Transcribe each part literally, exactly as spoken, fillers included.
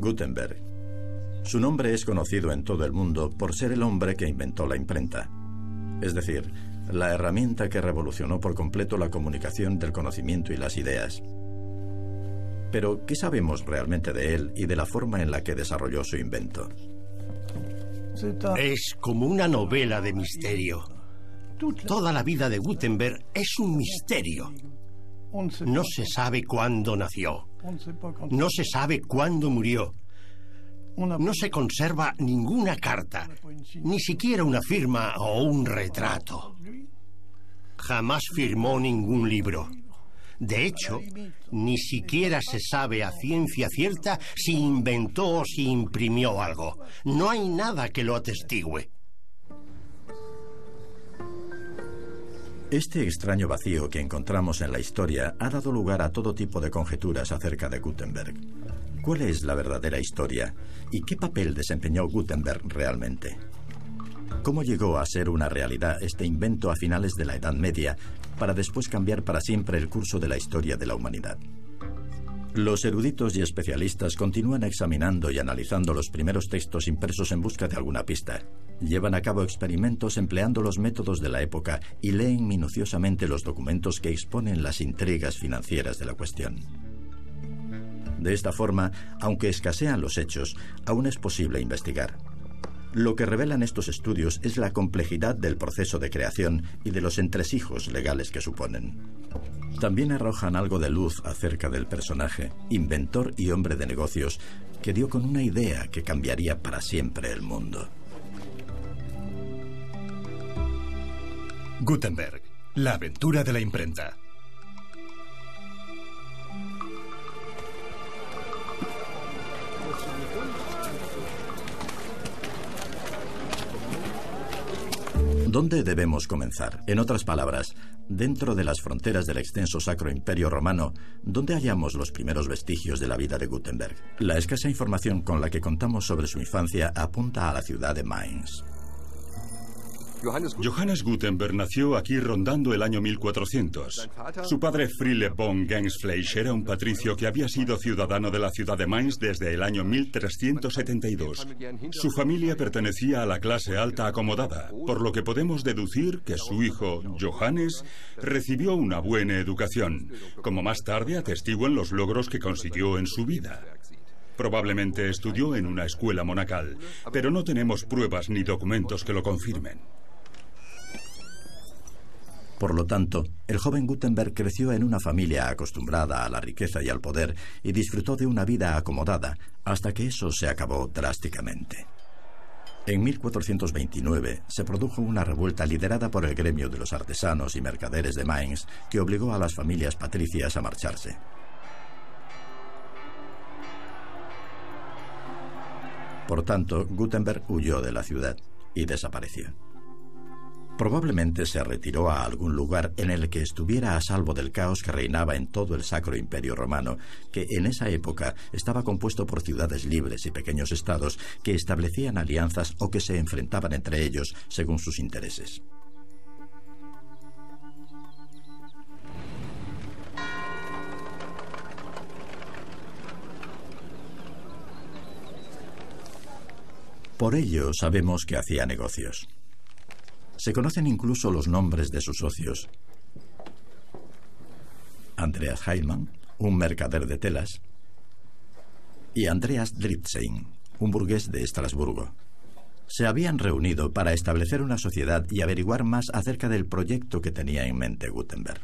Gutenberg. Su nombre es conocido en todo el mundo por ser el hombre que inventó la imprenta. Es decir, la herramienta que revolucionó por completo la comunicación del conocimiento y las ideas. Pero, ¿qué sabemos realmente de él y de la forma en la que desarrolló su invento? Es como una novela de misterio. Toda la vida de Gutenberg es un misterio. No se sabe cuándo nació. No se sabe cuándo murió. No se conserva ninguna carta, ni siquiera una firma o un retrato. Jamás firmó ningún libro. De hecho, ni siquiera se sabe a ciencia cierta si inventó o si imprimió algo. No hay nada que lo atestigüe. Este extraño vacío que encontramos en la historia ha dado lugar a todo tipo de conjeturas acerca de Gutenberg. ¿Cuál es la verdadera historia? ¿Y qué papel desempeñó Gutenberg realmente? ¿Cómo llegó a ser una realidad este invento a finales de la Edad Media para después cambiar para siempre el curso de la historia de la humanidad? Los eruditos y especialistas continúan examinando y analizando los primeros textos impresos en busca de alguna pista. Llevan a cabo experimentos empleando los métodos de la época y leen minuciosamente los documentos que exponen las intrigas financieras de la cuestión. De esta forma, aunque escasean los hechos, aún es posible investigar. Lo que revelan estos estudios es la complejidad del proceso de creación y de los entresijos legales que suponen. También arrojan algo de luz acerca del personaje, inventor y hombre de negocios, que dio con una idea que cambiaría para siempre el mundo. Gutenberg, la aventura de la imprenta. ¿Dónde debemos comenzar? En otras palabras, dentro de las fronteras del extenso Sacro Imperio Romano, ¿dónde hallamos los primeros vestigios de la vida de Gutenberg? La escasa información con la que contamos sobre su infancia apunta a la ciudad de Mainz. Johannes Gutenberg nació aquí rondando el año mil cuatrocientos. Su padre Friele von Gensfleisch era un patricio que había sido ciudadano de la ciudad de Mainz desde el año mil trescientos setenta y dos. Su familia pertenecía a la clase alta acomodada, por lo que podemos deducir que su hijo, Johannes, recibió una buena educación, como más tarde atestiguan los logros que consiguió en su vida. Probablemente estudió en una escuela monacal, pero no tenemos pruebas ni documentos que lo confirmen. Por lo tanto, el joven Gutenberg creció en una familia acostumbrada a la riqueza y al poder y disfrutó de una vida acomodada hasta que eso se acabó drásticamente. En mil cuatrocientos veintinueve se produjo una revuelta liderada por el gremio de los artesanos y mercaderes de Mainz que obligó a las familias patricias a marcharse. Por tanto, Gutenberg huyó de la ciudad y desapareció. Probablemente se retiró a algún lugar en el que estuviera a salvo del caos que reinaba en todo el Sacro Imperio Romano, que en esa época estaba compuesto por ciudades libres y pequeños estados que establecían alianzas o que se enfrentaban entre ellos según sus intereses. Por ello sabemos que hacía negocios. Se conocen incluso los nombres de sus socios. Andreas Heilmann, un mercader de telas, y Andreas Dritzheim, un burgués de Estrasburgo. Se habían reunido para establecer una sociedad y averiguar más acerca del proyecto que tenía en mente Gutenberg.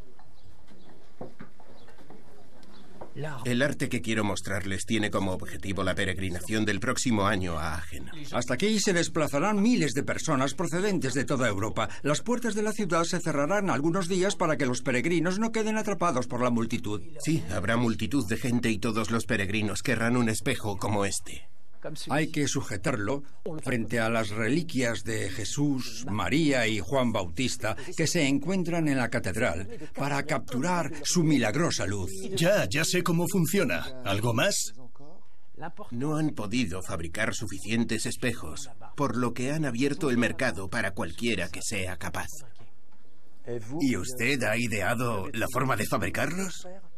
El arte que quiero mostrarles tiene como objetivo la peregrinación del próximo año a Aachen. Hasta aquí se desplazarán miles de personas procedentes de toda Europa. Las puertas de la ciudad se cerrarán algunos días para que los peregrinos no queden atrapados por la multitud. Sí, habrá multitud de gente y todos los peregrinos querrán un espejo como este. Hay que sujetarlo frente a las reliquias de Jesús, María y Juan Bautista que se encuentran en la catedral para capturar su milagrosa luz. Ya, ya sé cómo funciona. ¿Algo más? No han podido fabricar suficientes espejos, por lo que han abierto el mercado para cualquiera que sea capaz. ¿Y usted ha ideado la forma de fabricarlos?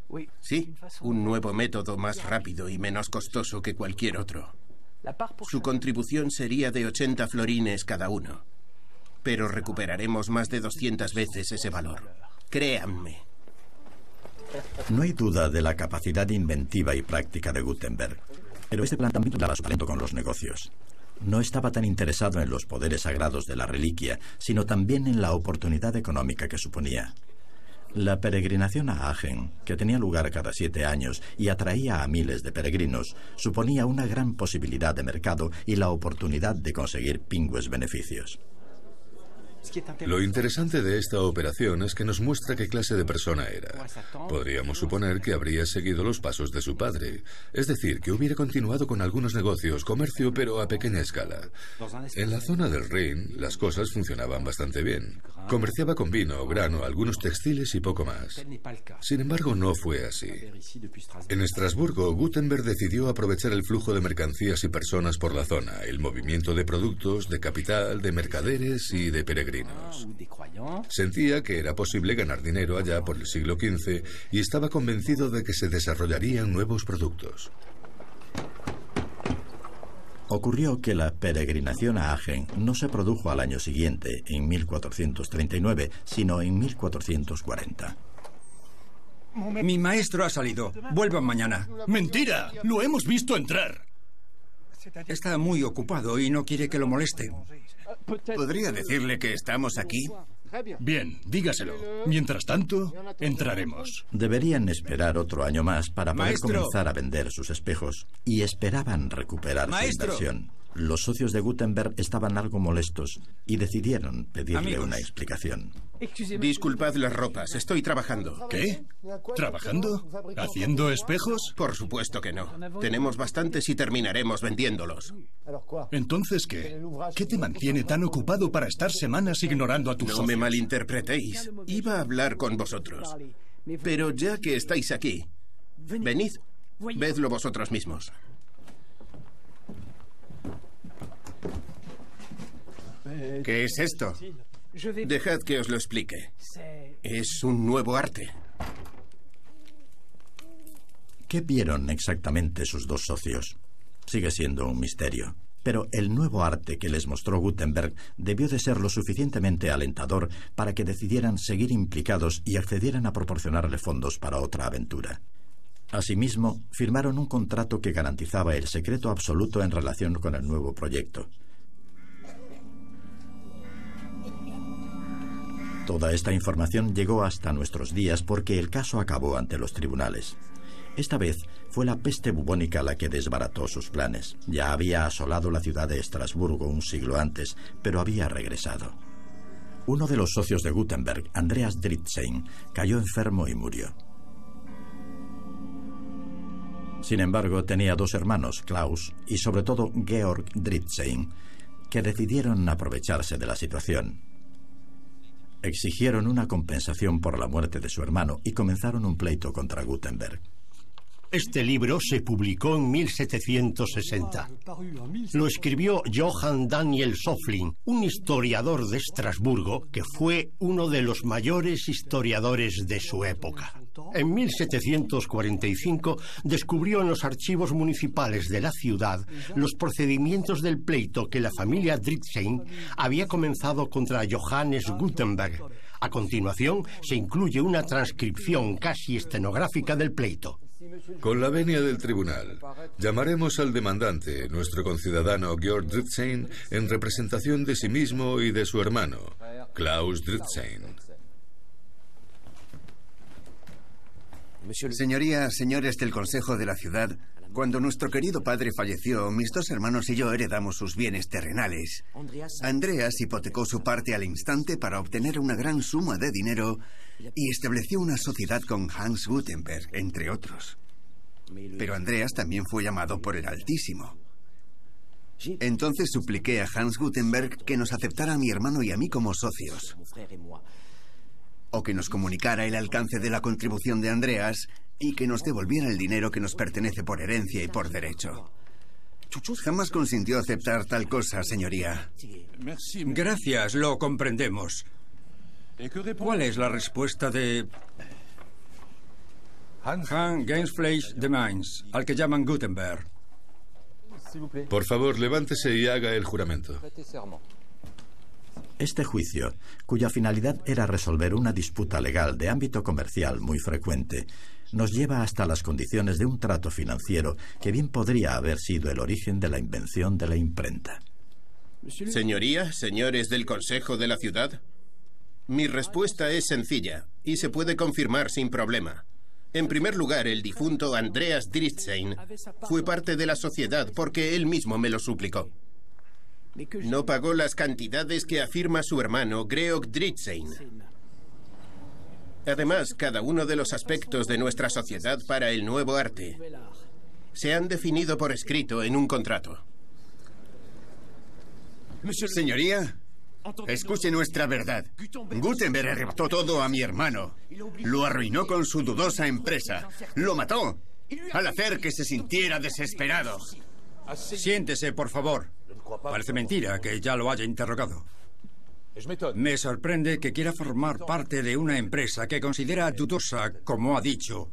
Sí, un nuevo método más rápido y menos costoso que cualquier otro. Su contribución sería de ochenta florines cada uno. Pero recuperaremos más de doscientas veces ese valor. Créanme. No hay duda de la capacidad inventiva y práctica de Gutenberg. Pero este plan también daba su talento con los negocios. No estaba tan interesado en los poderes sagrados de la reliquia, sino también en la oportunidad económica que suponía. La peregrinación a Aachen, que tenía lugar cada siete años y atraía a miles de peregrinos, suponía una gran posibilidad de mercado y la oportunidad de conseguir pingües beneficios. Lo interesante de esta operación es que nos muestra qué clase de persona era. Podríamos suponer que habría seguido los pasos de su padre, es decir, que hubiera continuado con algunos negocios, comercio, pero a pequeña escala. En la zona del Rin, las cosas funcionaban bastante bien. Comerciaba con vino, grano, algunos textiles y poco más. Sin embargo, no fue así. En Estrasburgo, Gutenberg decidió aprovechar el flujo de mercancías y personas por la zona, el movimiento de productos, de capital, de mercaderes y de peregrinos. Sentía que era posible ganar dinero allá por el siglo quince y estaba convencido de que se desarrollarían nuevos productos. Ocurrió que la peregrinación a Aachen no se produjo al año siguiente, en mil cuatrocientos treinta y nueve, sino en mil cuatrocientos cuarenta. Mi maestro ha salido. Vuelvan mañana. ¡Mentira! ¡Lo hemos visto entrar! Está muy ocupado y no quiere que lo moleste. ¿Podría decirle que estamos aquí? Bien, dígaselo. Mientras tanto, entraremos. Deberían esperar otro año más para poder Maestro. comenzar a vender sus espejos y esperaban recuperar Maestro. su inversión. Los socios de Gutenberg estaban algo molestos y decidieron pedirle Amigos. una explicación. Disculpad las ropas, estoy trabajando. ¿Qué? ¿Trabajando? ¿Haciendo espejos? Por supuesto que no. Tenemos bastantes y terminaremos vendiéndolos. ¿Entonces qué? ¿Qué te mantiene tan ocupado para estar semanas ignorando a tus No socios? me malinterpretéis. Iba a hablar con vosotros. Pero ya que estáis aquí, venid, vedlo vosotros mismos. ¿Qué es esto? Dejad que os lo explique. Es un nuevo arte. ¿Qué vieron exactamente sus dos socios? Sigue siendo un misterio. Pero el nuevo arte que les mostró Gutenberg debió de ser lo suficientemente alentador para que decidieran seguir implicados y accedieran a proporcionarle fondos para otra aventura. Asimismo, firmaron un contrato que garantizaba el secreto absoluto en relación con el nuevo proyecto. Toda esta información llegó hasta nuestros días porque el caso acabó ante los tribunales. Esta vez fue la peste bubónica la que desbarató sus planes. Ya había asolado la ciudad de Estrasburgo un siglo antes, pero había regresado. Uno de los socios de Gutenberg, Andreas Dritzhn, cayó enfermo y murió. Sin embargo, tenía dos hermanos, Klaus y sobre todo Georg Dritzhn, que decidieron aprovecharse de la situación. Exigieron una compensación por la muerte de su hermano y comenzaron un pleito contra Gutenberg. Este libro se publicó en mil setecientos sesenta. Lo escribió Johann Daniel Söffling, un historiador de Estrasburgo que fue uno de los mayores historiadores de su época. En mil setecientos cuarenta y cinco descubrió en los archivos municipales de la ciudad los procedimientos del pleito que la familia Dritzhn había comenzado contra Johannes Gutenberg. A continuación se incluye una transcripción casi estenográfica del pleito. Con la venia del tribunal, llamaremos al demandante, nuestro conciudadano Georg Dritzhn, en representación de sí mismo y de su hermano, Klaus Dritzhn. Señorías, señores del Consejo de la Ciudad, cuando nuestro querido padre falleció, mis dos hermanos y yo heredamos sus bienes terrenales. Andreas hipotecó su parte al instante para obtener una gran suma de dinero y estableció una sociedad con Hans Gutenberg, entre otros. Pero Andreas también fue llamado por el Altísimo. Entonces supliqué a Hans Gutenberg que nos aceptara a mi hermano y a mí como socios, o que nos comunicara el alcance de la contribución de Andreas y que nos devolviera el dinero que nos pertenece por herencia y por derecho. Jamás consintió aceptar tal cosa, señoría. Gracias, lo comprendemos. ¿Cuál es la respuesta de Han Gensfleisch de Mainz, al que llaman Gutenberg. Por favor, levántese y haga el juramento. Este juicio, cuya finalidad era resolver una disputa legal de ámbito comercial muy frecuente, nos lleva hasta las condiciones de un trato financiero que bien podría haber sido el origen de la invención de la imprenta. Señoría, señores del Consejo de la Ciudad, mi respuesta es sencilla y se puede confirmar sin problema. En primer lugar, el difunto Andreas Dritzhahn fue parte de la sociedad porque él mismo me lo suplicó. No pagó las cantidades que afirma su hermano Georg Dritzhahn. Además, cada uno de los aspectos de nuestra sociedad para el nuevo arte se han definido por escrito en un contrato. Señoría, escuche nuestra verdad. Gutenberg arrebató todo a mi hermano. Lo arruinó con su dudosa empresa. Lo mató al hacer que se sintiera desesperado. Siéntese, por favor. Parece mentira que ya lo haya interrogado. Me sorprende que quiera formar parte de una empresa que considera dudosa, como ha dicho.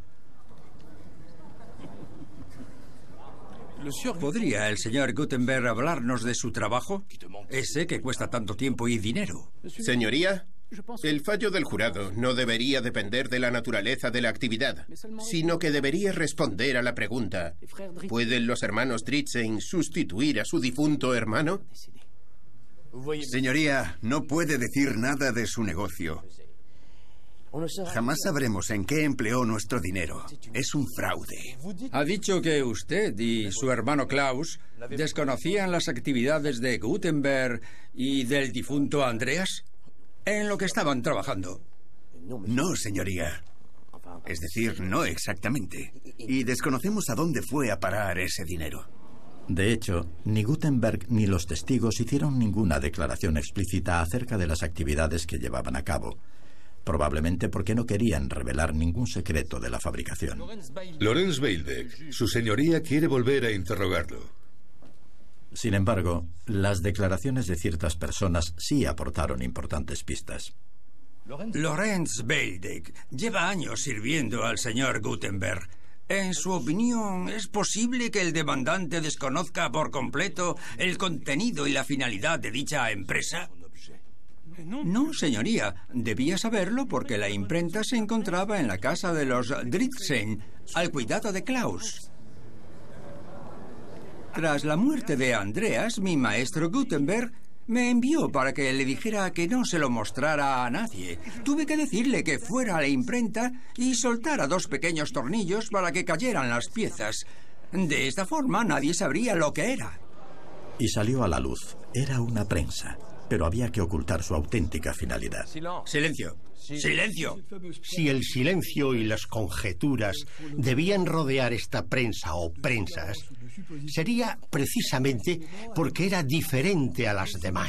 ¿Podría el señor Gutenberg hablarnos de su trabajo? Ese que cuesta tanto tiempo y dinero. Señoría, el fallo del jurado no debería depender de la naturaleza de la actividad, sino que debería responder a la pregunta: ¿pueden los hermanos Dritzhahn sustituir a su difunto hermano? Señoría, no puede decir nada de su negocio. Jamás sabremos en qué empleó nuestro dinero. Es un fraude. Ha dicho que usted y su hermano Klaus desconocían las actividades de Gutenberg y del difunto Andreas en lo que estaban trabajando. No, señoría. Es decir, no exactamente. Y desconocemos a dónde fue a parar ese dinero. De hecho, ni Gutenberg ni los testigos hicieron ninguna declaración explícita acerca de las actividades que llevaban a cabo, probablemente porque no querían revelar ningún secreto de la fabricación. Lorenz Beildeck, su señoría quiere volver a interrogarlo. Sin embargo, las declaraciones de ciertas personas sí aportaron importantes pistas. Lorenz Beildeck lleva años sirviendo al señor Gutenberg. En su opinión, ¿es posible que el demandante desconozca por completo el contenido y la finalidad de dicha empresa? No, señoría. Debía saberlo porque la imprenta se encontraba en la casa de los Dritzhahn, al cuidado de Klaus. Tras la muerte de Andreas, mi maestro Gutenberg me envió para que le dijera que no se lo mostrara a nadie. Tuve que decirle que fuera a la imprenta y soltara dos pequeños tornillos para que cayeran las piezas. De esta forma nadie sabría lo que era. Y salió a la luz. Era una prensa, pero había que ocultar su auténtica finalidad. Silencio. ¡Silencio! Si el silencio y las conjeturas debían rodear esta prensa o prensas, sería precisamente porque era diferente a las demás.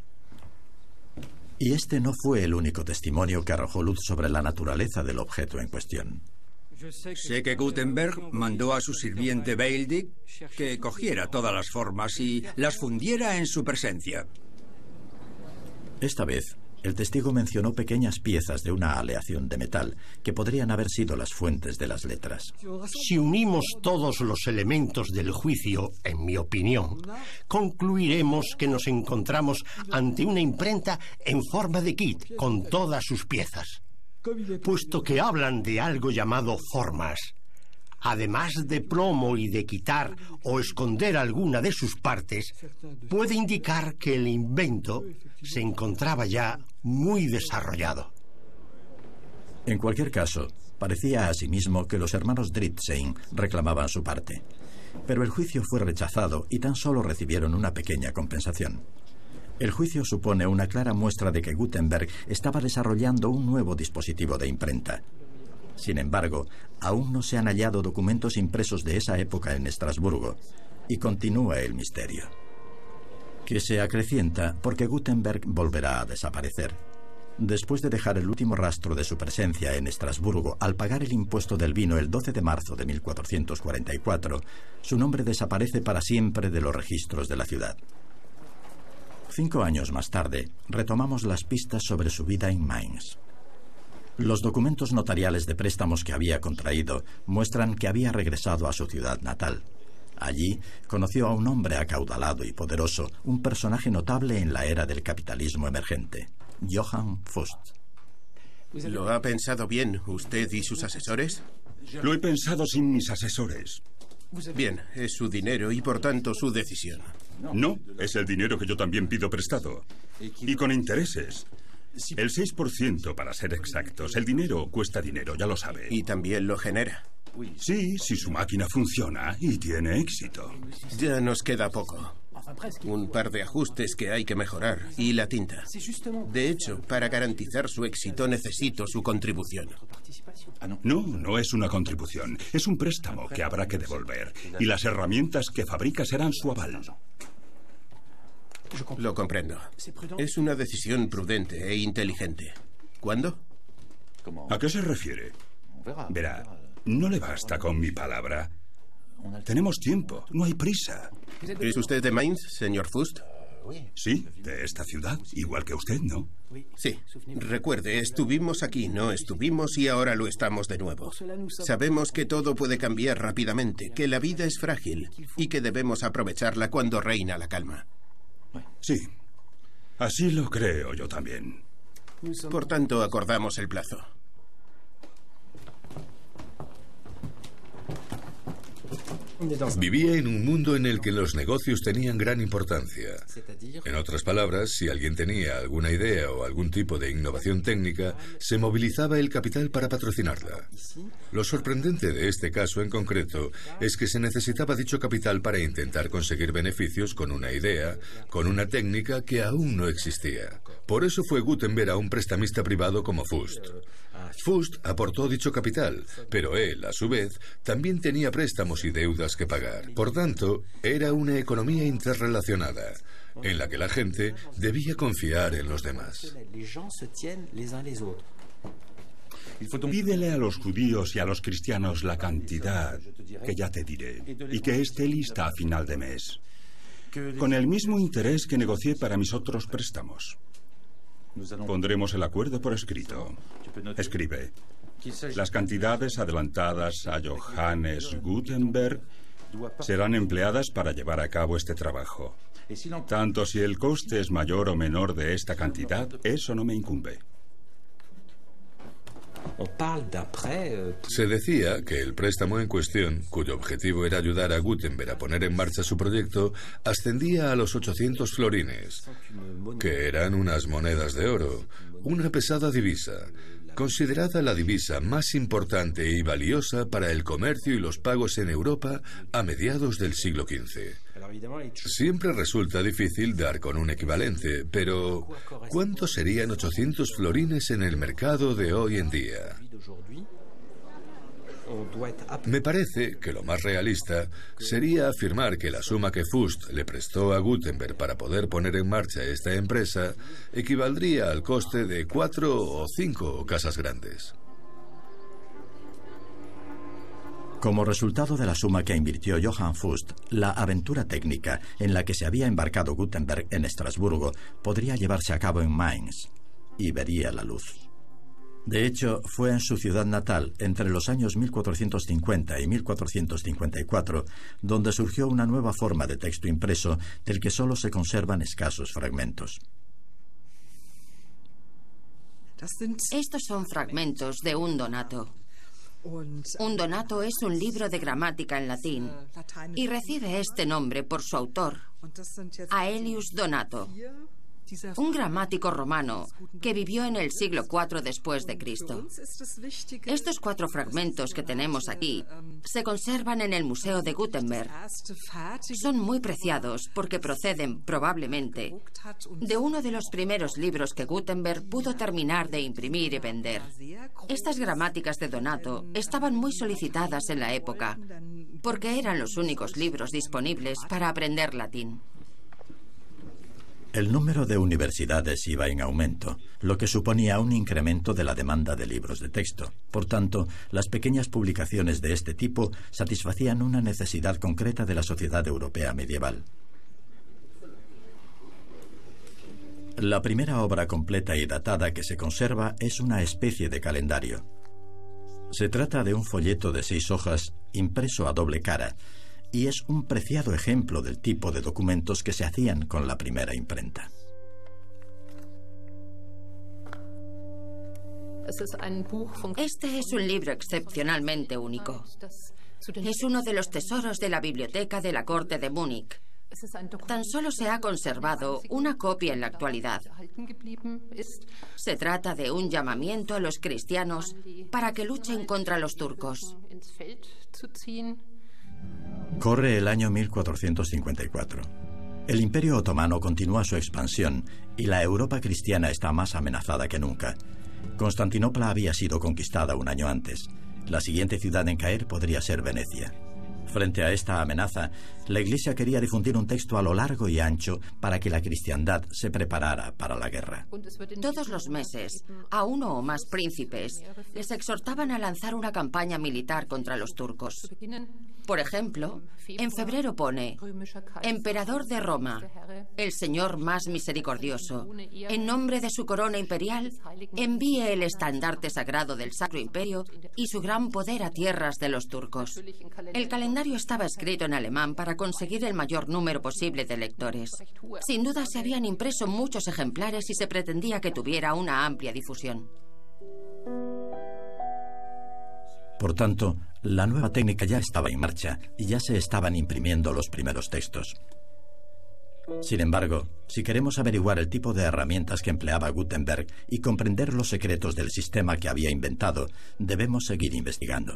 Y este no fue el único testimonio que arrojó luz sobre la naturaleza del objeto en cuestión. Sé que Gutenberg mandó a su sirviente Beildeck que cogiera todas las formas y las fundiera en su presencia. Esta vez, el testigo mencionó pequeñas piezas de una aleación de metal que podrían haber sido las fuentes de las letras. Si unimos todos los elementos del juicio, en mi opinión, concluiremos que nos encontramos ante una imprenta en forma de kit, con todas sus piezas. Puesto que hablan de algo llamado formas, además de plomo y de quitar o esconder alguna de sus partes, puede indicar que el invento se encontraba ya muy desarrollado. En cualquier caso, parecía asimismo que los hermanos Dritzhahn reclamaban su parte. Pero el juicio fue rechazado y tan solo recibieron una pequeña compensación. El juicio supone una clara muestra de que Gutenberg estaba desarrollando un nuevo dispositivo de imprenta. Sin embargo, aún no se han hallado documentos impresos de esa época en Estrasburgo, y continúa el misterio, que se acrecienta porque Gutenberg volverá a desaparecer. Después de dejar el último rastro de su presencia en Estrasburgo al pagar el impuesto del vino el doce de marzo de mil cuatrocientos cuarenta y cuatro, su nombre desaparece para siempre de los registros de la ciudad. Cinco años más tarde, retomamos las pistas sobre su vida en Mainz. Los documentos notariales de préstamos que había contraído muestran que había regresado a su ciudad natal. Allí conoció a un hombre acaudalado y poderoso, un personaje notable en la era del capitalismo emergente, Johann Fust. ¿Lo ha pensado bien usted y sus asesores? Lo he pensado sin mis asesores. Bien, es su dinero y por tanto su decisión. No, es el dinero que yo también pido prestado. Y con intereses. El seis por ciento para ser exactos. El dinero cuesta dinero, ya lo sabe. Y también lo genera. Sí, si su máquina funciona y tiene éxito. Ya nos queda poco. Un par de ajustes que hay que mejorar y la tinta. De hecho, para garantizar su éxito necesito su contribución. No, no es una contribución. Es un préstamo que habrá que devolver. Y las herramientas que fabrica serán su aval. Lo comprendo. Es una decisión prudente e inteligente. ¿Cuándo? ¿A qué se refiere? Verá, no le basta con mi palabra. Tenemos tiempo, no hay prisa. ¿Es usted de Mainz, señor Fust? Sí, de esta ciudad, igual que usted, ¿no? Sí. Recuerde, estuvimos aquí, no estuvimos y ahora lo estamos de nuevo. Sabemos que todo puede cambiar rápidamente, que la vida es frágil y que debemos aprovecharla cuando reina la calma. Sí, así lo creo yo también. Por tanto, acordamos el plazo. Vivía en un mundo en el que los negocios tenían gran importancia. En otras palabras, si alguien tenía alguna idea o algún tipo de innovación técnica, se movilizaba el capital para patrocinarla. Lo sorprendente de este caso en concreto es que se necesitaba dicho capital para intentar conseguir beneficios con una idea, con una técnica que aún no existía. Por eso fue Gutenberg a un prestamista privado como Fust. Fust aportó dicho capital, pero él, a su vez, también tenía préstamos y deudas que pagar. Por tanto, era una economía interrelacionada, en la que la gente debía confiar en los demás. Pídele a los judíos y a los cristianos la cantidad, que ya te diré, y que esté lista a final de mes, con el mismo interés que negocié para mis otros préstamos. Pondremos el acuerdo por escrito. Escribe. Las cantidades adelantadas a Johannes Gutenberg serán empleadas para llevar a cabo este trabajo. Tanto si el coste es mayor o menor de esta cantidad, eso no me incumbe. Se decía que el préstamo en cuestión, cuyo objetivo era ayudar a Gutenberg a poner en marcha su proyecto, ascendía a los ochocientos florines, que eran unas monedas de oro, una pesada divisa, considerada la divisa más importante y valiosa para el comercio y los pagos en Europa a mediados del siglo quince. Siempre resulta difícil dar con un equivalente, pero ¿cuánto serían ochocientos florines en el mercado de hoy en día? Me parece que lo más realista sería afirmar que la suma que Fust le prestó a Gutenberg para poder poner en marcha esta empresa equivaldría al coste de cuatro o cinco casas grandes. Como resultado de la suma que invirtió Johann Fust, la aventura técnica en la que se había embarcado Gutenberg en Estrasburgo podría llevarse a cabo en Mainz y vería la luz. De hecho, fue en su ciudad natal, entre los años mil cuatrocientos cincuenta y mil cuatrocientos cincuenta y cuatro, donde surgió una nueva forma de texto impreso del que solo se conservan escasos fragmentos. Estos son fragmentos de un donato. Un donato es un libro de gramática en latín y recibe este nombre por su autor, Aelius Donato, un gramático romano que vivió en el siglo cuatro después de Cristo. Estos cuatro fragmentos que tenemos aquí se conservan en el Museo de Gutenberg. Son muy preciados porque proceden, probablemente, de uno de los primeros libros que Gutenberg pudo terminar de imprimir y vender. Estas gramáticas de Donato estaban muy solicitadas en la época porque eran los únicos libros disponibles para aprender latín. El número de universidades iba en aumento, lo que suponía un incremento de la demanda de libros de texto. Por tanto, las pequeñas publicaciones de este tipo satisfacían una necesidad concreta de la sociedad europea medieval. La primera obra completa y datada que se conserva es una especie de calendario. Se trata de un folleto de seis hojas impreso a doble cara y es un preciado ejemplo del tipo de documentos que se hacían con la primera imprenta. Este es un libro excepcionalmente único. Es uno de los tesoros de la biblioteca de la corte de Múnich. Tan solo se ha conservado una copia en la actualidad. Se trata de un llamamiento a los cristianos para que luchen contra los turcos. Corre el año mil cuatrocientos cincuenta y cuatro. El Imperio Otomano continúa su expansión y la Europa cristiana está más amenazada que nunca. Constantinopla había sido conquistada un año antes. La siguiente ciudad en caer podría ser Venecia. Frente a esta amenaza, la Iglesia quería difundir un texto a lo largo y ancho para que la cristiandad se preparara para la guerra. Todos los meses, a uno o más príncipes les exhortaban a lanzar una campaña militar contra los turcos. Por ejemplo, en febrero pone: Emperador de Roma, el Señor más misericordioso, en nombre de su corona imperial, envíe el estandarte sagrado del Sacro Imperio y su gran poder a tierras de los turcos. El calendario estaba escrito en alemán para conseguir el mayor número posible de lectores. Sin duda se habían impreso muchos ejemplares y se pretendía que tuviera una amplia difusión. Por tanto, la nueva técnica ya estaba en marcha y ya se estaban imprimiendo los primeros textos. Sin embargo, si queremos averiguar el tipo de herramientas que empleaba Gutenberg y comprender los secretos del sistema que había inventado, debemos seguir investigando.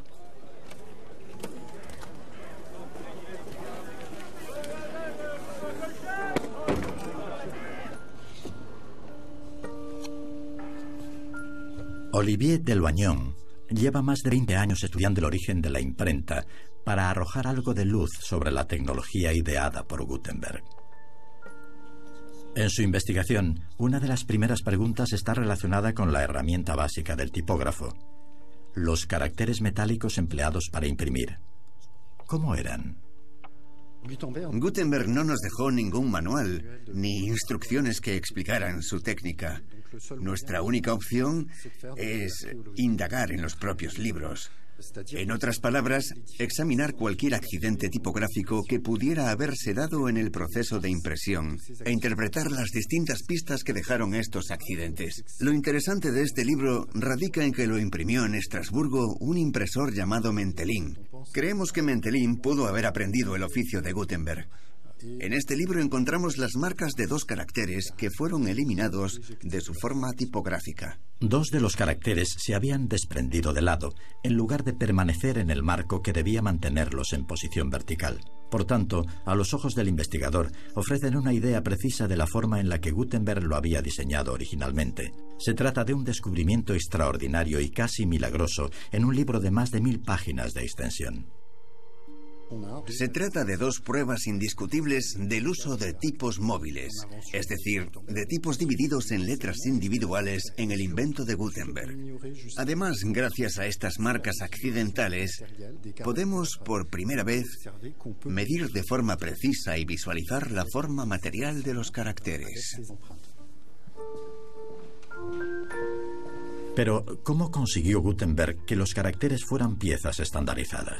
Olivier de Loignon lleva más de veinte años estudiando el origen de la imprenta para arrojar algo de luz sobre la tecnología ideada por Gutenberg. En su investigación, una de las primeras preguntas está relacionada con la herramienta básica del tipógrafo: los caracteres metálicos empleados para imprimir. ¿Cómo eran? Gutenberg no nos dejó ningún manual ni instrucciones que explicaran su técnica. Nuestra única opción es indagar en los propios libros. En otras palabras, examinar cualquier accidente tipográfico que pudiera haberse dado en el proceso de impresión e interpretar las distintas pistas que dejaron estos accidentes. Lo interesante de este libro radica en que lo imprimió en Estrasburgo un impresor llamado Mentelin. Creemos que Mentelin pudo haber aprendido el oficio de Gutenberg. En este libro encontramos las marcas de dos caracteres que fueron eliminados de su forma tipográfica. Dos de los caracteres se habían desprendido de lado, en lugar de permanecer en el marco que debía mantenerlos en posición vertical. Por tanto, a los ojos del investigador, ofrecen una idea precisa de la forma en la que Gutenberg lo había diseñado originalmente. Se trata de un descubrimiento extraordinario y casi milagroso en un libro de más de mil páginas de extensión. Se trata de dos pruebas indiscutibles del uso de tipos móviles, es decir, de tipos divididos en letras individuales en el invento de Gutenberg. Además, gracias a estas marcas accidentales, podemos por primera vez medir de forma precisa y visualizar la forma material de los caracteres. Pero, ¿cómo consiguió Gutenberg que los caracteres fueran piezas estandarizadas?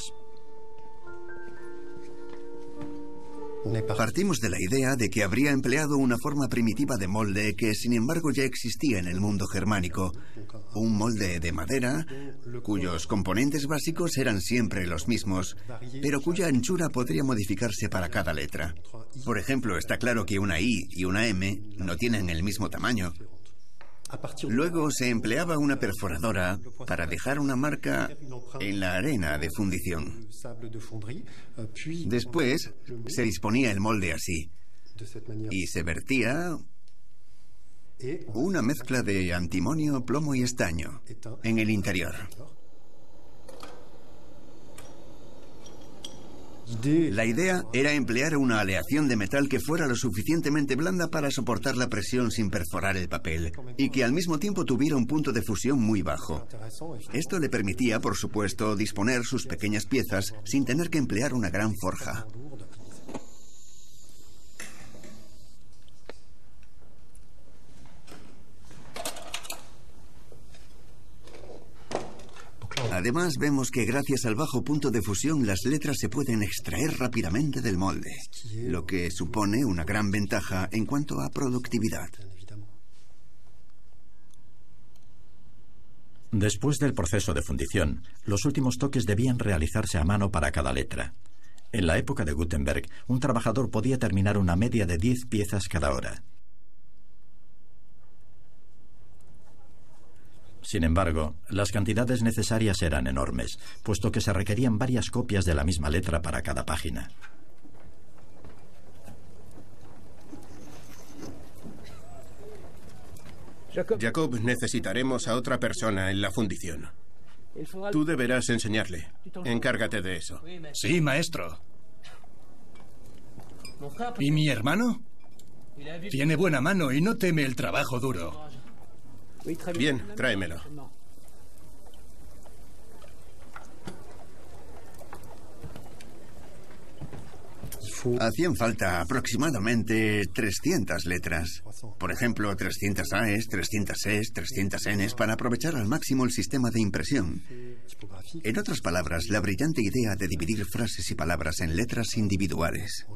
Partimos de la idea de que habría empleado una forma primitiva de molde que, sin embargo, ya existía en el mundo germánico. Un molde de madera, cuyos componentes básicos eran siempre los mismos, pero cuya anchura podría modificarse para cada letra. Por ejemplo, está claro que una I y una M no tienen el mismo tamaño. Luego se empleaba una perforadora para dejar una marca en la arena de fundición. Después se disponía el molde así y se vertía una mezcla de antimonio, plomo y estaño en el interior. La idea era emplear una aleación de metal que fuera lo suficientemente blanda para soportar la presión sin perforar el papel y que al mismo tiempo tuviera un punto de fusión muy bajo. Esto le permitía, por supuesto, disponer sus pequeñas piezas sin tener que emplear una gran forja. Además, vemos que gracias al bajo punto de fusión las letras se pueden extraer rápidamente del molde, lo que supone una gran ventaja en cuanto a productividad. Después del proceso de fundición, los últimos toques debían realizarse a mano para cada letra. En la época de Gutenberg, un trabajador podía terminar una media de diez piezas cada hora. Sin embargo, las cantidades necesarias eran enormes, puesto que se requerían varias copias de la misma letra para cada página. Jacob, necesitaremos a otra persona en la fundición. Tú deberás enseñarle. Encárgate de eso. Sí, maestro. ¿Y mi hermano? Tiene buena mano y no teme el trabajo duro. Bien, tráemelo. Hacían falta aproximadamente trescientas letras. Por ejemplo, trescientas A's, trescientas E's, trescientas N's para aprovechar al máximo el sistema de impresión. En otras palabras, la brillante idea de dividir frases y palabras en letras individuales.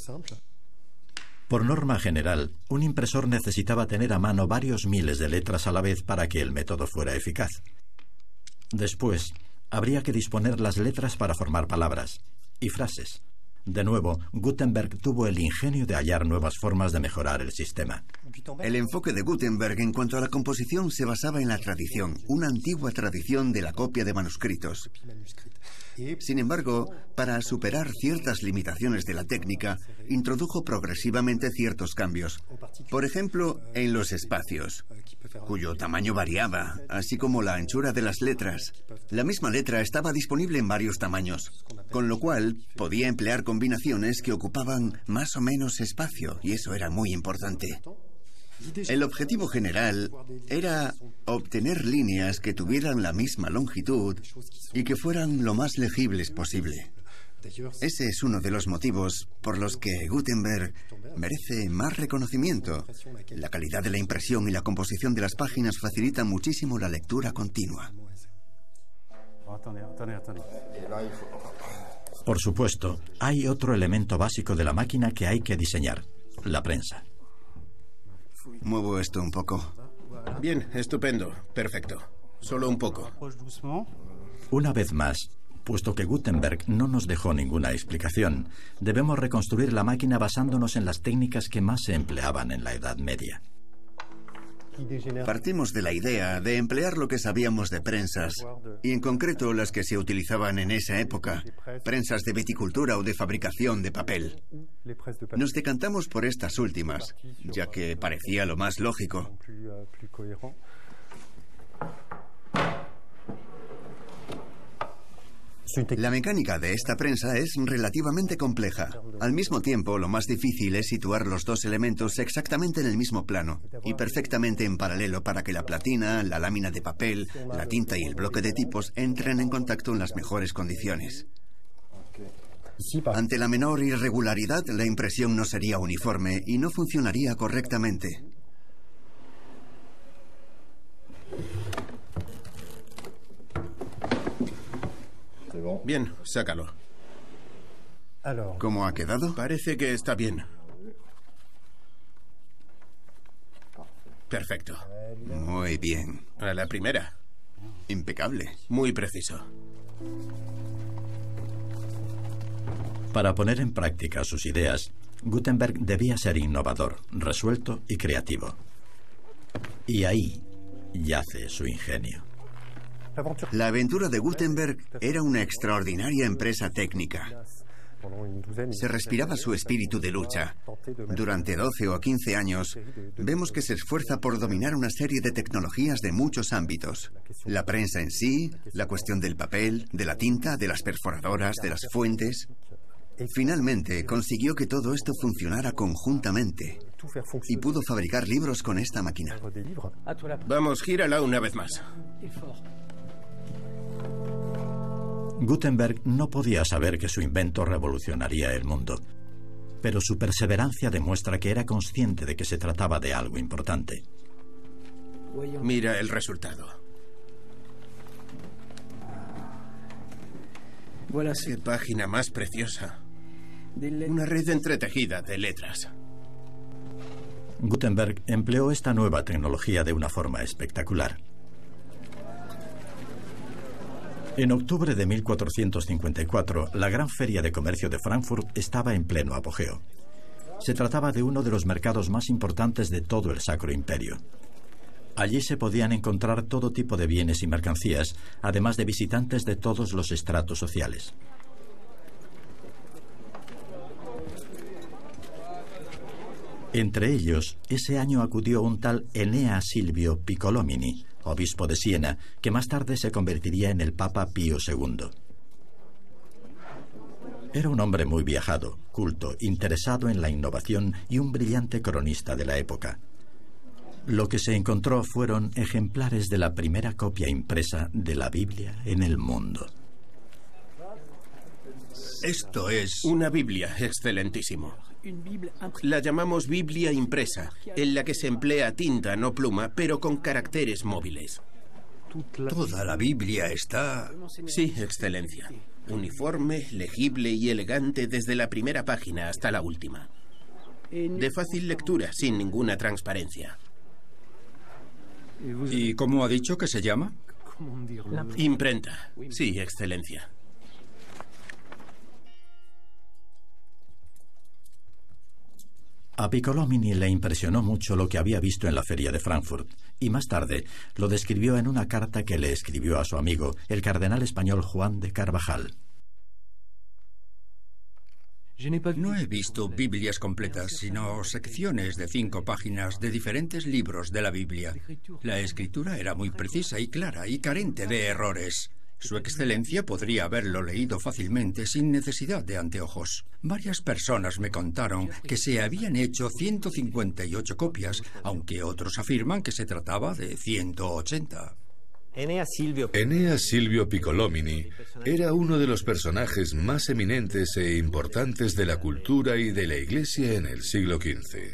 Por norma general, un impresor necesitaba tener a mano varios miles de letras a la vez para que el método fuera eficaz. Después, habría que disponer las letras para formar palabras y frases. De nuevo, Gutenberg tuvo el ingenio de hallar nuevas formas de mejorar el sistema. El enfoque de Gutenberg en cuanto a la composición se basaba en la tradición, una antigua tradición de la copia de manuscritos. Sin embargo, para superar ciertas limitaciones de la técnica, introdujo progresivamente ciertos cambios. Por ejemplo, en los espacios, cuyo tamaño variaba, así como la anchura de las letras. La misma letra estaba disponible en varios tamaños, con lo cual podía emplear combinaciones que ocupaban más o menos espacio, y eso era muy importante. El objetivo general era obtener líneas que tuvieran la misma longitud y que fueran lo más legibles posible. Ese es uno de los motivos por los que Gutenberg merece más reconocimiento. La calidad de la impresión y la composición de las páginas facilitan muchísimo la lectura continua. Por supuesto, hay otro elemento básico de la máquina que hay que diseñar: la prensa. Muevo esto un poco. Bien, estupendo. Perfecto. Solo un poco. Una vez más, puesto que Gutenberg no nos dejó ninguna explicación, debemos reconstruir la máquina basándonos en las técnicas que más se empleaban en la Edad Media. Partimos de la idea de emplear lo que sabíamos de prensas, y en concreto las que se utilizaban en esa época, prensas de viticultura o de fabricación de papel. Nos decantamos por estas últimas, ya que parecía lo más lógico. La mecánica de esta prensa es relativamente compleja. Al mismo tiempo, lo más difícil es situar los dos elementos exactamente en el mismo plano y perfectamente en paralelo para que la platina, la lámina de papel, la tinta y el bloque de tipos entren en contacto en las mejores condiciones. Ante la menor irregularidad, la impresión no sería uniforme y no funcionaría correctamente. Bien, sácalo. ¿Cómo ha quedado? Parece que está bien. Perfecto. Muy bien. A la primera. Impecable. Muy preciso. Para poner en práctica sus ideas, Gutenberg debía ser innovador, resuelto y creativo. Y ahí yace su ingenio. La aventura de Gutenberg era una extraordinaria empresa técnica. Se respiraba su espíritu de lucha. Durante doce o quince años, vemos que se esfuerza por dominar una serie de tecnologías de muchos ámbitos. La prensa en sí, la cuestión del papel, de la tinta, de las perforadoras, de las fuentes. Finalmente, consiguió que todo esto funcionara conjuntamente y pudo fabricar libros con esta máquina. Vamos, gírala una vez más. Gutenberg no podía saber que su invento revolucionaría el mundo, pero su perseverancia demuestra que era consciente de que se trataba de algo importante. Mira el resultado. Qué página más preciosa. Una red entretejida de letras. Gutenberg empleó esta nueva tecnología de una forma espectacular. En octubre de mil cuatrocientos cincuenta y cuatro, la gran feria de comercio de Frankfurt estaba en pleno apogeo. Se trataba de uno de los mercados más importantes de todo el Sacro Imperio. Allí se podían encontrar todo tipo de bienes y mercancías, además de visitantes de todos los estratos sociales. Entre ellos, ese año acudió un tal Enea Silvio Piccolomini, obispo de Siena, que más tarde se convertiría en el Papa Pío segundo. Era un hombre muy viajado, culto, interesado en la innovación y un brillante cronista de la época. Lo que se encontró fueron ejemplares de la primera copia impresa de la Biblia en el mundo. Esto es... Una Biblia, excelentísimo. La llamamos Biblia impresa, en la que se emplea tinta, no pluma, pero con caracteres móviles. Toda la Biblia está... Sí, excelencia. Uniforme, legible y elegante desde la primera página hasta la última. De fácil lectura, sin ninguna transparencia. ¿Y cómo ha dicho que se llama? Imprenta. Sí, excelencia. A Piccolomini le impresionó mucho lo que había visto en la feria de Frankfurt, y más tarde lo describió en una carta que le escribió a su amigo, el cardenal español Juan de Carvajal. No he visto Biblias completas, sino secciones de cinco páginas de diferentes libros de la Biblia. La escritura era muy precisa y clara y carente de errores. Su excelencia podría haberlo leído fácilmente sin necesidad de anteojos. Varias personas me contaron que se habían hecho ciento cincuenta y ocho copias, aunque otros afirman que se trataba de ciento ochenta. Enea Silvio Piccolomini era uno de los personajes más eminentes e importantes de la cultura y de la Iglesia en el siglo quince.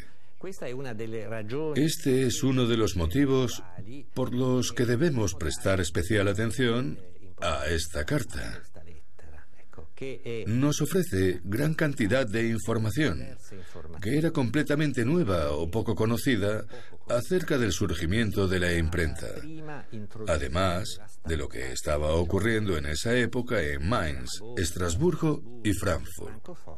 Este es uno de los motivos por los que debemos prestar especial atención a esta carta. Nos ofrece gran cantidad de información que era completamente nueva o poco conocida acerca del surgimiento de la imprenta, además de lo que estaba ocurriendo en esa época en Mainz, Estrasburgo y Frankfurt.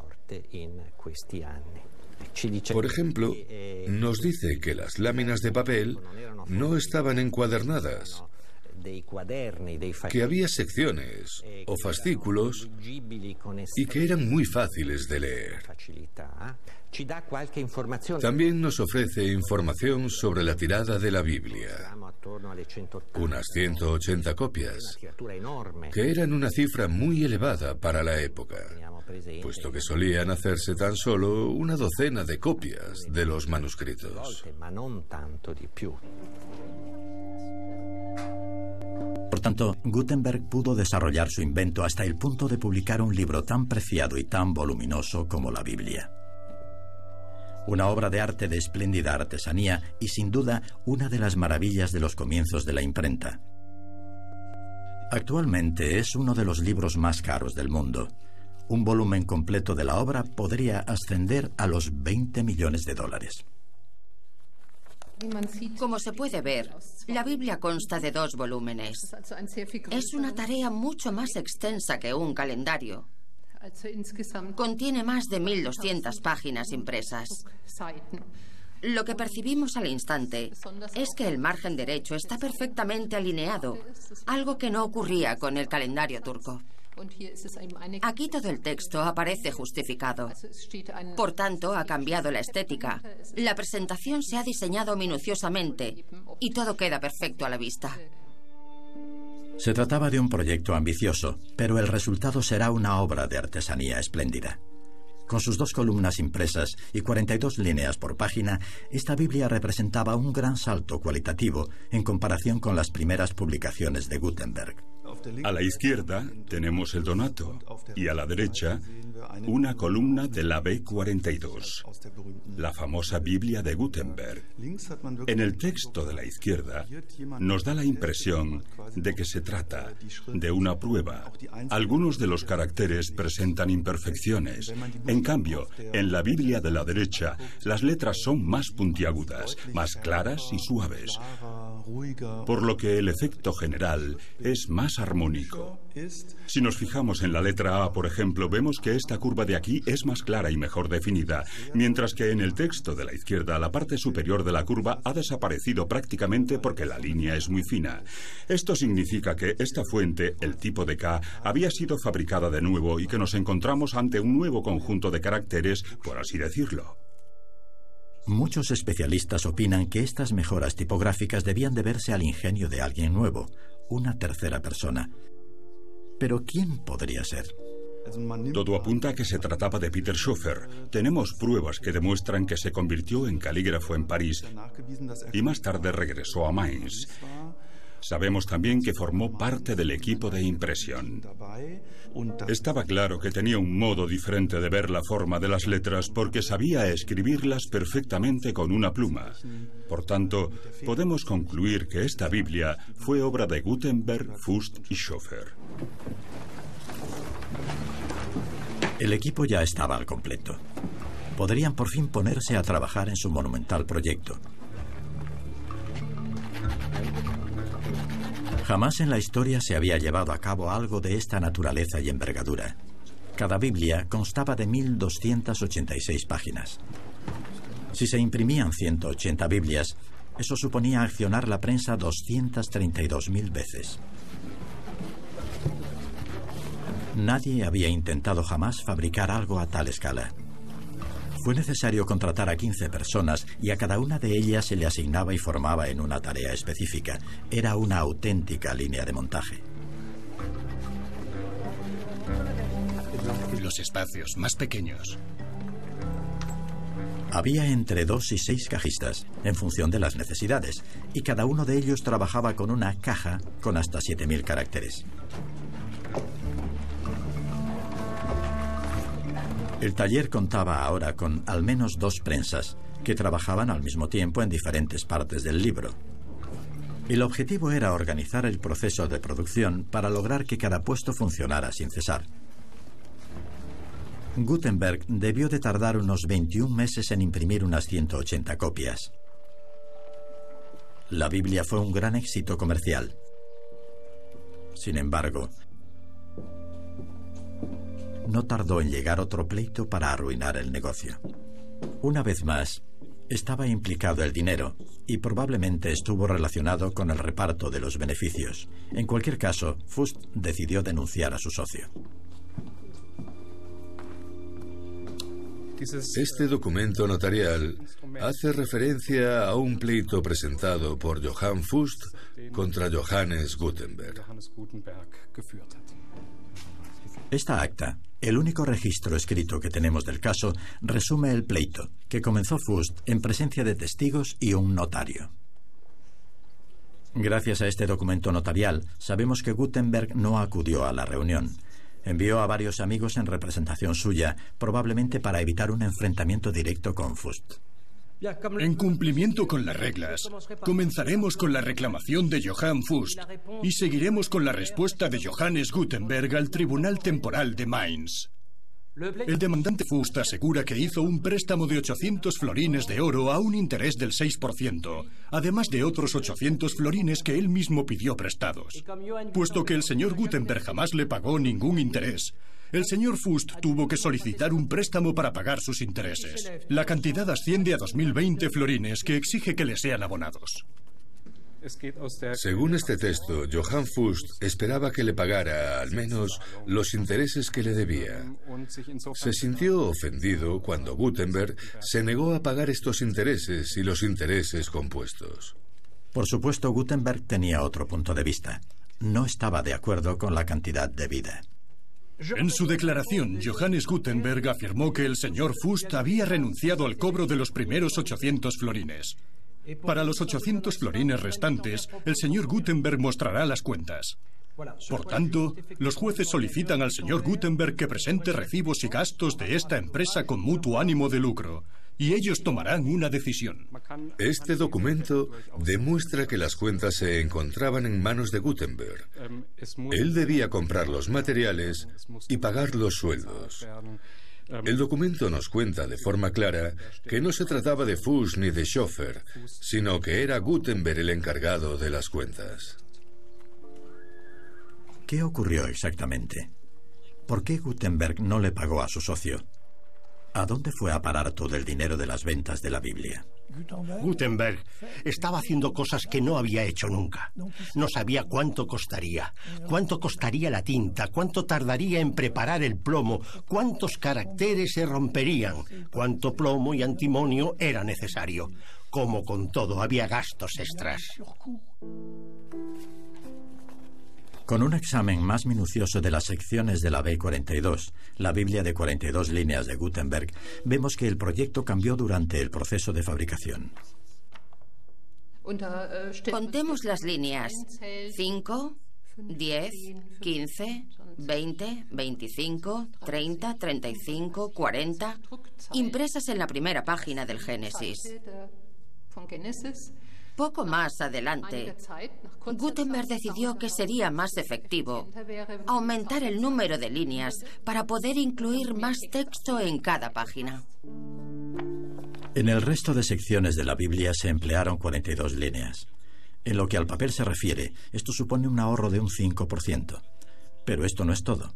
Por ejemplo, nos dice que las láminas de papel no estaban encuadernadas, que había secciones o fascículos y que eran muy fáciles de leer. También nos ofrece información sobre la tirada de la Biblia, unas ciento ochenta copias, que eran una cifra muy elevada para la época, puesto que solían hacerse tan solo una docena de copias de los manuscritos. Por tanto, Gutenberg pudo desarrollar su invento hasta el punto de publicar un libro tan preciado y tan voluminoso como la Biblia. Una obra de arte de espléndida artesanía y, sin duda, una de las maravillas de los comienzos de la imprenta. Actualmente es uno de los libros más caros del mundo. Un volumen completo de la obra podría ascender a los veinte millones de dólares. Como se puede ver, la Biblia consta de dos volúmenes. Es una tarea mucho más extensa que un calendario. Contiene más de mil doscientas páginas impresas. Lo que percibimos al instante es que el margen derecho está perfectamente alineado, algo que no ocurría con el calendario turco. Aquí todo el texto aparece justificado. Por tanto, ha cambiado la estética. La presentación se ha diseñado minuciosamente y todo queda perfecto a la vista. Se trataba de un proyecto ambicioso, pero el resultado será una obra de artesanía espléndida. Con sus dos columnas impresas y cuarenta y dos líneas por página, esta Biblia representaba un gran salto cualitativo en comparación con las primeras publicaciones de Gutenberg. A la izquierda tenemos el Donato y a la derecha una columna de la B cuarenta y dos, la famosa Biblia de Gutenberg. En el texto de la izquierda nos da la impresión de que se trata de una prueba. Algunos de los caracteres presentan imperfecciones. En cambio, en la Biblia de la derecha, las letras son más puntiagudas, más claras y suaves, por lo que el efecto general es más armónico. Si nos fijamos en la letra A, por ejemplo, vemos que esta curva de aquí es más clara y mejor definida, mientras que en el texto de la izquierda la parte superior de la curva ha desaparecido prácticamente porque la línea es muy fina. Esto significa que esta fuente, el tipo de K, había sido fabricada de nuevo y que nos encontramos ante un nuevo conjunto de caracteres, por así decirlo. Muchos especialistas opinan que estas mejoras tipográficas debían deberse al ingenio de alguien nuevo, una tercera persona. Pero ¿quién podría ser? Todo apunta a que se trataba de Peter Schoeffer. Tenemos pruebas que demuestran que se convirtió en calígrafo en París y más tarde regresó a Mainz. Sabemos también que formó parte del equipo de impresión. Estaba claro que tenía un modo diferente de ver la forma de las letras porque sabía escribirlas perfectamente con una pluma. Por tanto, podemos concluir que esta Biblia fue obra de Gutenberg, Fust y Schoeffer. El equipo ya estaba al completo. Podrían por fin ponerse a trabajar en su monumental proyecto. Jamás en la historia se había llevado a cabo algo de esta naturaleza y envergadura. Cada Biblia constaba de mil doscientas ochenta y seis páginas. Si se imprimían ciento ochenta Biblias, eso suponía accionar la prensa doscientas treinta y dos mil veces. Nadie había intentado jamás fabricar algo a tal escala. Fue necesario contratar a quince personas y a cada una de ellas se le asignaba y formaba en una tarea específica. Era una auténtica línea de montaje. Los espacios más pequeños. Había entre dos y seis cajistas, en función de las necesidades, y cada uno de ellos trabajaba con una caja con hasta siete mil caracteres. El taller contaba ahora con al menos dos prensas, que trabajaban al mismo tiempo en diferentes partes del libro. El objetivo era organizar el proceso de producción para lograr que cada puesto funcionara sin cesar. Gutenberg debió de tardar unos veintiún meses en imprimir unas ciento ochenta copias. La Biblia fue un gran éxito comercial. Sin embargo, no tardó en llegar otro pleito para arruinar el negocio. Una vez más, estaba implicado el dinero y probablemente estuvo relacionado con el reparto de los beneficios. En cualquier caso, Fust decidió denunciar a su socio. Este documento notarial hace referencia a un pleito presentado por Johann Fust contra Johannes Gutenberg. Esta acta, el único registro escrito que tenemos del caso, resume el pleito, que comenzó Fust en presencia de testigos y un notario. Gracias a este documento notarial, sabemos que Gutenberg no acudió a la reunión. Envió a varios amigos en representación suya, probablemente para evitar un enfrentamiento directo con Fust. En cumplimiento con las reglas, comenzaremos con la reclamación de Johann Fust y seguiremos con la respuesta de Johannes Gutenberg al Tribunal Temporal de Mainz. El demandante Fust asegura que hizo un préstamo de ochocientos florines de oro a un interés del seis por ciento, además de otros ochocientos florines que él mismo pidió prestados. Puesto que el señor Gutenberg jamás le pagó ningún interés, el señor Fust tuvo que solicitar un préstamo para pagar sus intereses. La cantidad asciende a dos mil veinte florines que exige que le sean abonados. Según este texto, Johann Fust esperaba que le pagara al menos los intereses que le debía. Se sintió ofendido cuando Gutenberg se negó a pagar estos intereses y los intereses compuestos. Por supuesto, Gutenberg tenía otro punto de vista. No estaba de acuerdo con la cantidad debida. En su declaración, Johannes Gutenberg afirmó que el señor Fust había renunciado al cobro de los primeros ochocientos florines. Para los ochocientos florines restantes, el señor Gutenberg mostrará las cuentas. Por tanto, los jueces solicitan al señor Gutenberg que presente recibos y gastos de esta empresa con mutuo ánimo de lucro, y ellos tomarán una decisión. Este documento demuestra que las cuentas se encontraban en manos de Gutenberg. Él debía comprar los materiales y pagar los sueldos. El documento nos cuenta de forma clara que no se trataba de Fuchs ni de Schoeffer, sino que era Gutenberg el encargado de las cuentas. ¿Qué ocurrió exactamente? ¿Por qué Gutenberg no le pagó a su socio? ¿A dónde fue a parar todo el dinero de las ventas de la Biblia? Gutenberg estaba haciendo cosas que no había hecho nunca. No sabía cuánto costaría, cuánto costaría la tinta, cuánto tardaría en preparar el plomo, cuántos caracteres se romperían, cuánto plomo y antimonio era necesario. Como con todo, había gastos extras. Con un examen más minucioso de las secciones de la B cuarenta y dos, la Biblia de cuarenta y dos líneas de Gutenberg, vemos que el proyecto cambió durante el proceso de fabricación. Contemos las líneas. cinco, diez, quince, veinte, veinticinco, treinta, treinta y cinco, cuarenta, impresas en la primera página del Génesis. Poco más adelante, Gutenberg decidió que sería más efectivo aumentar el número de líneas para poder incluir más texto en cada página. En el resto de secciones de la Biblia se emplearon cuarenta y dos líneas. En lo que al papel se refiere, esto supone un ahorro de un cinco por ciento. Pero esto no es todo.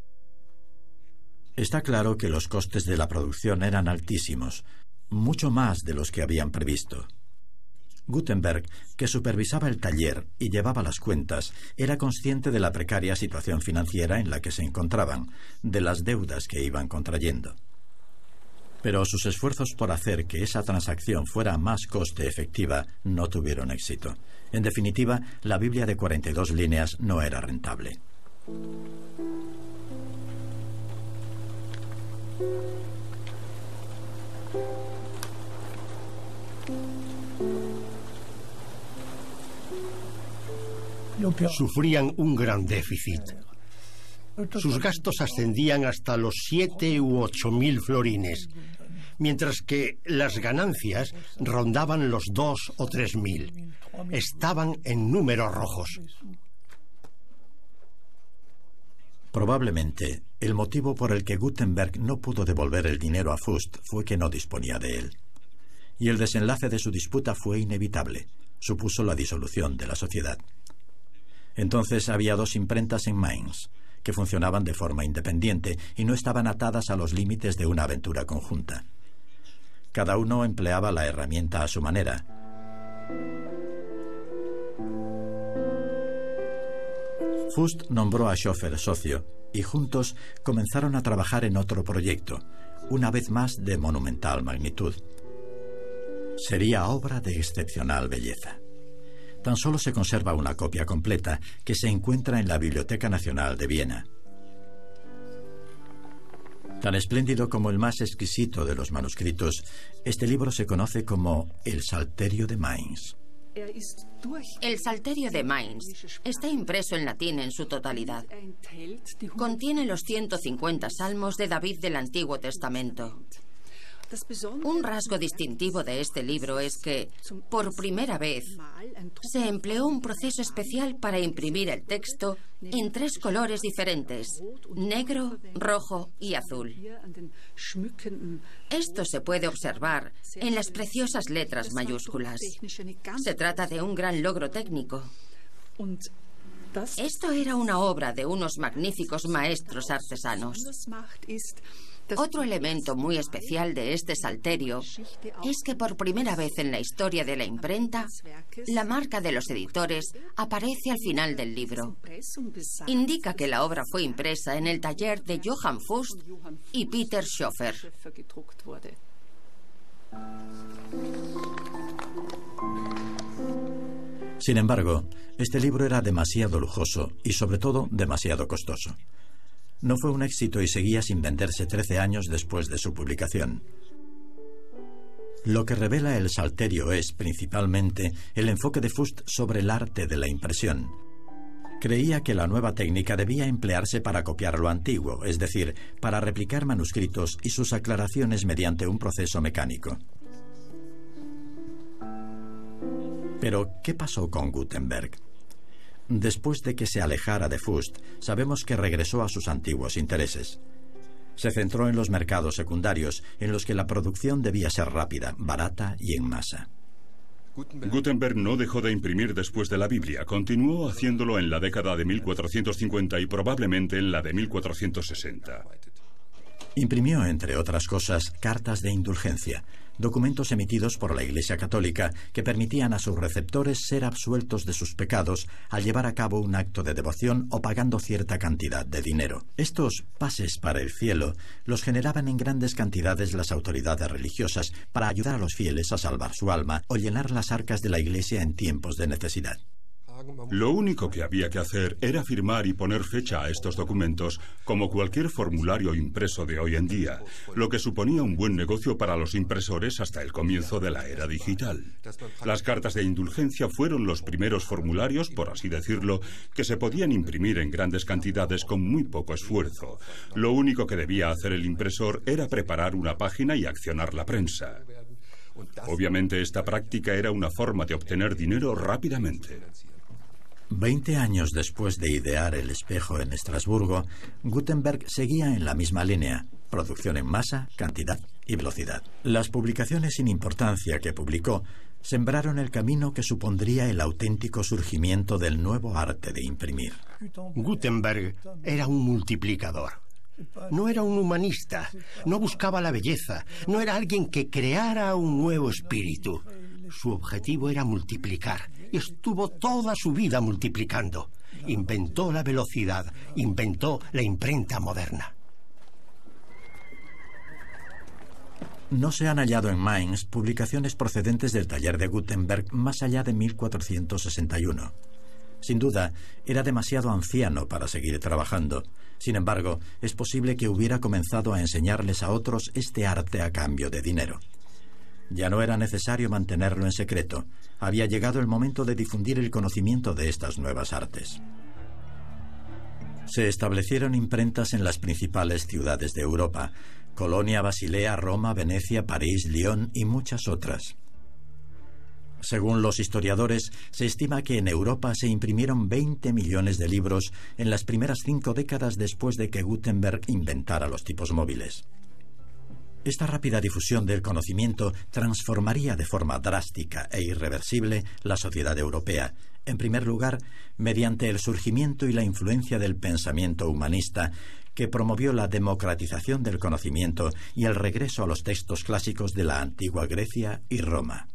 Está claro que los costes de la producción eran altísimos, mucho más de los que habían previsto. Gutenberg, que supervisaba el taller y llevaba las cuentas, era consciente de la precaria situación financiera en la que se encontraban, de las deudas que iban contrayendo. Pero sus esfuerzos por hacer que esa transacción fuera más coste efectiva no tuvieron éxito. En definitiva, la Biblia de cuarenta y dos líneas no era rentable. Sufrían un gran déficit. Sus gastos ascendían hasta los siete u ocho mil florines, mientras que las ganancias rondaban los dos o tres mil. Estaban en números rojos. Probablemente, el motivo por el que Gutenberg no pudo devolver el dinero a Fust fue que no disponía de él. Y el desenlace de su disputa fue inevitable. Supuso la disolución de la sociedad. Entonces había dos imprentas en Mainz, que funcionaban de forma independiente y no estaban atadas a los límites de una aventura conjunta. Cada uno empleaba la herramienta a su manera. Fust nombró a Schoeffer socio y juntos comenzaron a trabajar en otro proyecto, una vez más de monumental magnitud. Sería obra de excepcional belleza. Tan solo se conserva una copia completa que se encuentra en la Biblioteca Nacional de Viena. Tan espléndido como el más exquisito de los manuscritos, este libro se conoce como el Salterio de Mainz. El Salterio de Mainz está impreso en latín en su totalidad. Contiene los ciento cincuenta salmos de David del Antiguo Testamento. Un rasgo distintivo de este libro es que, por primera vez, se empleó un proceso especial para imprimir el texto en tres colores diferentes: negro, rojo y azul. Esto se puede observar en las preciosas letras mayúsculas. Se trata de un gran logro técnico. Esto era una obra de unos magníficos maestros artesanos. Otro elemento muy especial de este salterio es que por primera vez en la historia de la imprenta, la marca de los editores aparece al final del libro. Indica que la obra fue impresa en el taller de Johann Fust y Peter Schoeffer. Sin embargo, este libro era demasiado lujoso y, sobre todo, demasiado costoso. No fue un éxito y seguía sin venderse trece años después de su publicación. Lo que revela el Salterio es, principalmente, el enfoque de Fust sobre el arte de la impresión. Creía que la nueva técnica debía emplearse para copiar lo antiguo, es decir, para replicar manuscritos y sus aclaraciones mediante un proceso mecánico. Pero, ¿qué pasó con Gutenberg? Después de que se alejara de Fust, sabemos que regresó a sus antiguos intereses. Se centró en los mercados secundarios, en los que la producción debía ser rápida, barata y en masa. Gutenberg no dejó de imprimir después de la Biblia. Continuó haciéndolo en la década de mil cuatrocientos cincuenta y probablemente en la de mil cuatrocientos sesenta. Imprimió, entre otras cosas, cartas de indulgencia, documentos emitidos por la Iglesia Católica que permitían a sus receptores ser absueltos de sus pecados al llevar a cabo un acto de devoción o pagando cierta cantidad de dinero. Estos pases para el cielo los generaban en grandes cantidades las autoridades religiosas para ayudar a los fieles a salvar su alma o llenar las arcas de la Iglesia en tiempos de necesidad. Lo único que había que hacer era firmar y poner fecha a estos documentos, como cualquier formulario impreso de hoy en día, lo que suponía un buen negocio para los impresores hasta el comienzo de la era digital. Las cartas de indulgencia fueron los primeros formularios, por así decirlo, que se podían imprimir en grandes cantidades con muy poco esfuerzo. Lo único que debía hacer el impresor era preparar una página y accionar la prensa. Obviamente, esta práctica era una forma de obtener dinero rápidamente. Veinte años después de idear el espejo en Estrasburgo, Gutenberg seguía en la misma línea: producción en masa, cantidad y velocidad. Las publicaciones sin importancia que publicó sembraron el camino que supondría el auténtico surgimiento del nuevo arte de imprimir. Gutenberg era un multiplicador. No era un humanista, no buscaba la belleza, no era alguien que creara un nuevo espíritu. Su objetivo era multiplicar, y estuvo toda su vida multiplicando. Inventó la velocidad, inventó la imprenta moderna. No se han hallado en Mainz publicaciones procedentes del taller de Gutenberg más allá de mil cuatrocientos sesenta y uno. Sin duda, era demasiado anciano para seguir trabajando. Sin embargo, es posible que hubiera comenzado a enseñarles a otros este arte a cambio de dinero. Ya no era necesario mantenerlo en secreto. Había llegado el momento de difundir el conocimiento de estas nuevas artes. Se establecieron imprentas en las principales ciudades de Europa: Colonia, Basilea, Roma, Venecia, París, Lyon y muchas otras. Según los historiadores, se estima que en Europa se imprimieron veinte millones de libros en las primeras cinco décadas después de que Gutenberg inventara los tipos móviles. Esta rápida difusión del conocimiento transformaría de forma drástica e irreversible la sociedad europea, en primer lugar, mediante el surgimiento y la influencia del pensamiento humanista, que promovió la democratización del conocimiento y el regreso a los textos clásicos de la antigua Grecia y Roma.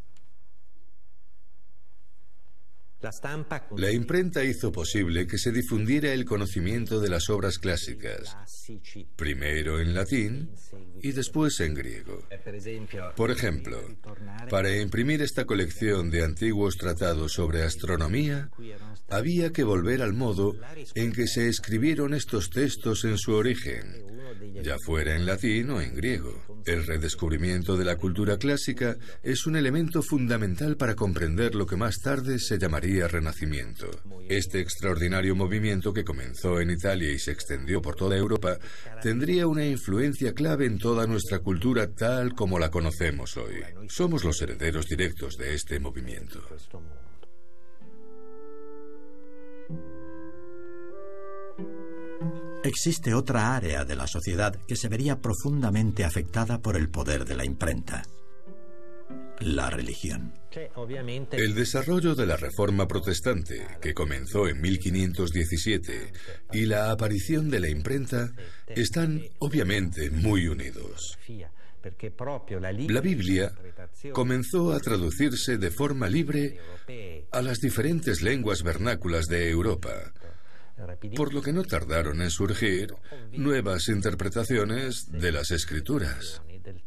La imprenta hizo posible que se difundiera el conocimiento de las obras clásicas, primero en latín y después en griego. Por ejemplo, para imprimir esta colección de antiguos tratados sobre astronomía, había que volver al modo en que se escribieron estos textos en su origen, ya fuera en latín o en griego. El redescubrimiento de la cultura clásica es un elemento fundamental para comprender lo que más tarde se llamaría Renacimiento. Este extraordinario movimiento, que comenzó en Italia y se extendió por toda Europa, tendría una influencia clave en toda nuestra cultura tal como la conocemos hoy. Somos los herederos directos de este movimiento. Existe otra área de la sociedad que se vería profundamente afectada por el poder de la imprenta: la religión. El desarrollo de la Reforma Protestante, que comenzó en mil quinientos diecisiete, y la aparición de la imprenta están obviamente muy unidos. La Biblia comenzó a traducirse de forma libre a las diferentes lenguas vernáculas de Europa, por lo que no tardaron en surgir nuevas interpretaciones de las Escrituras.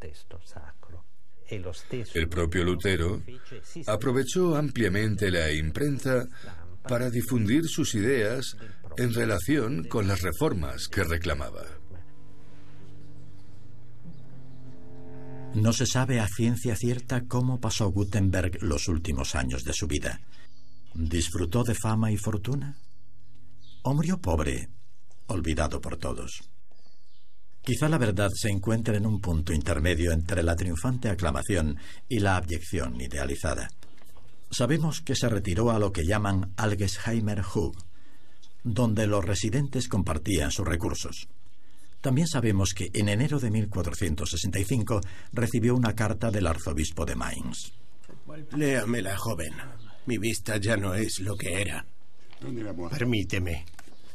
El propio Lutero aprovechó ampliamente la imprenta para difundir sus ideas en relación con las reformas que reclamaba. No se sabe a ciencia cierta cómo pasó Gutenberg los últimos años de su vida. ¿Disfrutó de fama y fortuna? ¿O murió pobre, olvidado por todos? Quizá la verdad se encuentre en un punto intermedio entre la triunfante aclamación y la abyección idealizada. Sabemos que se retiró a lo que llaman Algesheimer Hug, donde los residentes compartían sus recursos. También sabemos que en enero de mil cuatrocientos sesenta y cinco recibió una carta del arzobispo de Mainz. Léamela, joven. Mi vista ya no es lo que era. Permíteme.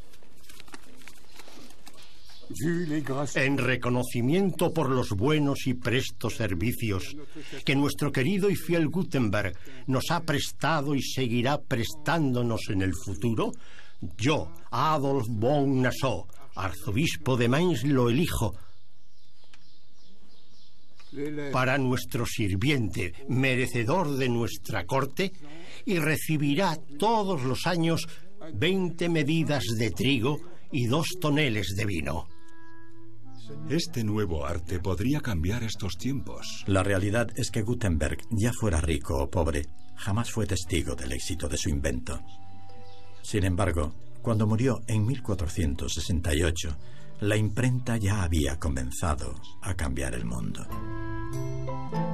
En reconocimiento por los buenos y prestos servicios que nuestro querido y fiel Gutenberg nos ha prestado y seguirá prestándonos en el futuro, yo, Adolf von Nassau, arzobispo de Mainz, lo elijo para nuestro sirviente, merecedor de nuestra corte, y recibirá todos los años veinte medidas de trigo y dos toneles de vino. Este nuevo arte podría cambiar estos tiempos. La realidad es que Gutenberg, ya fuera rico o pobre, jamás fue testigo del éxito de su invento. Sin embargo, cuando murió en mil cuatrocientos sesenta y ocho, la imprenta ya había comenzado a cambiar el mundo.